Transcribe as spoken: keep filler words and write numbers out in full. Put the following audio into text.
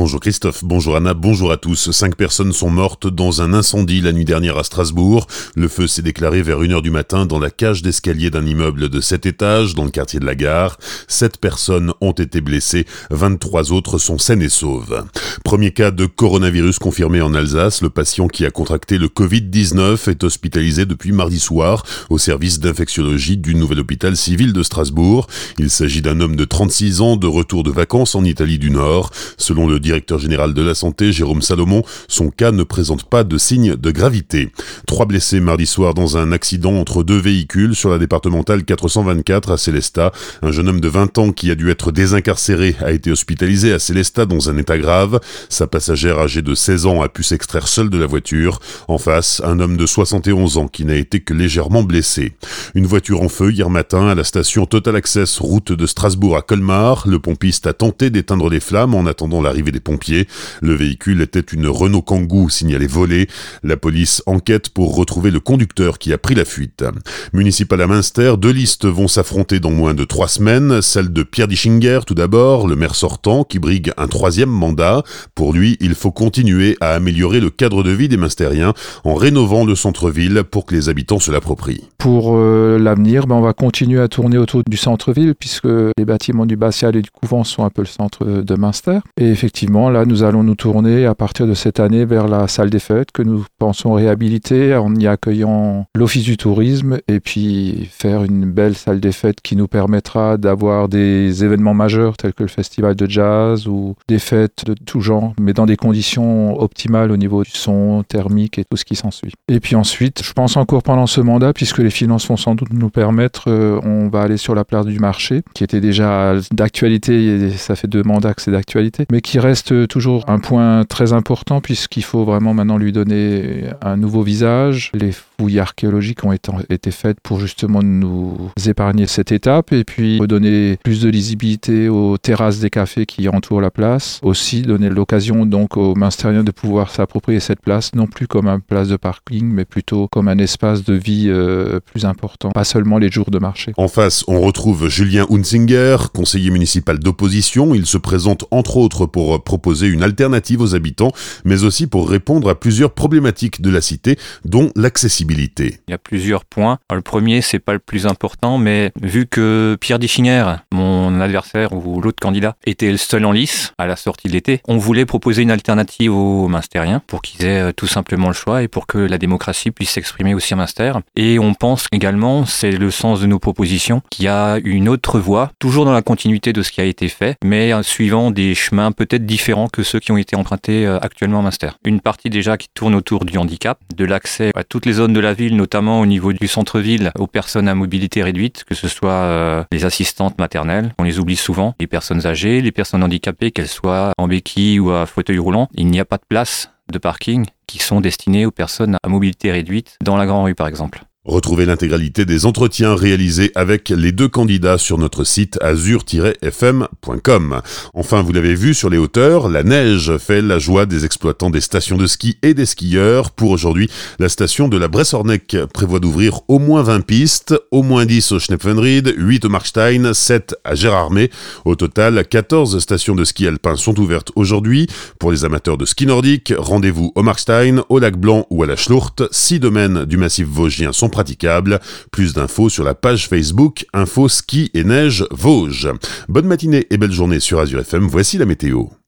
Bonjour Christophe, bonjour Anna, bonjour à tous. Cinq personnes sont mortes dans un incendie la nuit dernière à Strasbourg. Le feu s'est déclaré vers une heure du matin dans la cage d'escalier d'un immeuble de sept étages dans le quartier de la Gare. Sept personnes ont été blessées, vingt-trois autres sont saines et sauves. Premier cas de coronavirus confirmé en Alsace. Le patient qui a contracté le covid dix-neuf est hospitalisé depuis mardi soir au service d'infectiologie du nouvel hôpital civil de Strasbourg. Il s'agit d'un homme de trente-six ans de retour de vacances en Italie du Nord. Selon le directeur général de la santé, Jérôme Salomon, son cas ne présente pas de signe de gravité. Trois blessés mardi soir dans un accident entre deux véhicules sur la départementale quatre cent vingt-quatre à Sélestat. Un jeune homme de vingt ans qui a dû être désincarcéré a été hospitalisé à Sélestat dans un état grave. Sa passagère âgée de seize ans a pu s'extraire seule de la voiture. En face, un homme de soixante et onze ans qui n'a été que légèrement blessé. Une voiture en feu hier matin à la station Total Access, route de Strasbourg à Colmar. Le pompiste a tenté d'éteindre les flammes en attendant l'arrivée des pompiers. Le véhicule était une Renault Kangoo signalée volée. La police enquête pour retrouver le conducteur qui a pris la fuite. Municipal à Münster, deux listes vont s'affronter dans moins de trois semaines. Celle de Pierre Dischinger, tout d'abord, le maire sortant, qui brigue un troisième mandat. Pour lui, il faut continuer à améliorer le cadre de vie des Münstériens en rénovant le centre-ville pour que les habitants se l'approprient. Pour euh, l'avenir, ben, on va continuer à tourner autour du centre-ville puisque les bâtiments du Batial et du Couvent sont un peu le centre de Münster. Et effectivement, là, nous allons nous tourner à partir de cette année vers la salle des fêtes que nous pensons réhabiliter en y accueillant l'Office du tourisme et puis faire une belle salle des fêtes qui nous permettra d'avoir des événements majeurs tels que le festival de jazz ou des fêtes de tout genre, mais dans des conditions optimales au niveau du son, thermique et tout ce qui s'ensuit. Et puis ensuite, je pense encore pendant ce mandat, puisque les finances vont sans doute nous permettre, euh, on va aller sur la place du marché, qui était déjà d'actualité, et ça fait deux mandats que c'est d'actualité, mais qui reste toujours un point très important puisqu'il faut vraiment maintenant lui donner un nouveau visage. Les fouilles archéologiques ont été, été faites pour justement nous épargner cette étape et puis redonner plus de lisibilité aux terrasses des cafés qui entourent la place. Aussi donner l'occasion donc aux Münstériens de pouvoir s'approprier cette place, non plus comme une place de parking, mais plutôt comme un espace de vie euh, plus important, pas seulement les jours de marché. En face, on retrouve Julien Hunzinger, conseiller municipal d'opposition. Il se présente entre autres pour proposer une alternative aux habitants, mais aussi pour répondre à plusieurs problématiques de la cité, dont l'accessibilité. Il y a plusieurs points. Alors, le premier, c'est pas le plus important, mais vu que Pierre Dischinger, mon adversaire ou l'autre candidat, était le seul en lice à la sortie de l'été, on voulait proposer une alternative aux Münstériens pour qu'ils aient tout simplement le choix et pour que la démocratie puisse s'exprimer aussi à Münster. Et on pense également, c'est le sens de nos propositions, qu'il y a une autre voie, toujours dans la continuité de ce qui a été fait, mais suivant des chemins peut-être différents que ceux qui ont été empruntés actuellement à Münster. Une partie déjà qui tourne autour du handicap, de l'accès à toutes les zones de la ville, notamment au niveau du centre-ville, aux personnes à mobilité réduite, que ce soit euh, les assistantes maternelles, on les oublie souvent, les personnes âgées, les personnes handicapées, qu'elles soient en béquille ou à fauteuil roulant. Il n'y a pas de place de parking qui sont destinées aux personnes à mobilité réduite dans la Grand Rue par exemple. Retrouvez l'intégralité des entretiens réalisés avec les deux candidats sur notre site azur tiret f m point com. Enfin, vous l'avez vu sur les hauteurs, la neige fait la joie des exploitants des stations de ski et des skieurs. Pour aujourd'hui, la station de la Bresse-Orneck prévoit d'ouvrir au moins vingt pistes, au moins dix au Schnepfenried, huit au Markstein, sept à Gérardmer. Au total, quatorze stations de ski alpin sont ouvertes aujourd'hui. Pour les amateurs de ski nordique, rendez-vous au Markstein, au Lac Blanc ou à la Schlucht. Six domaines du massif vosgien sont praticable. Plus d'infos sur la page Facebook Info Ski et Neige Vosges. Bonne matinée et belle journée sur Azur F M, voici la météo.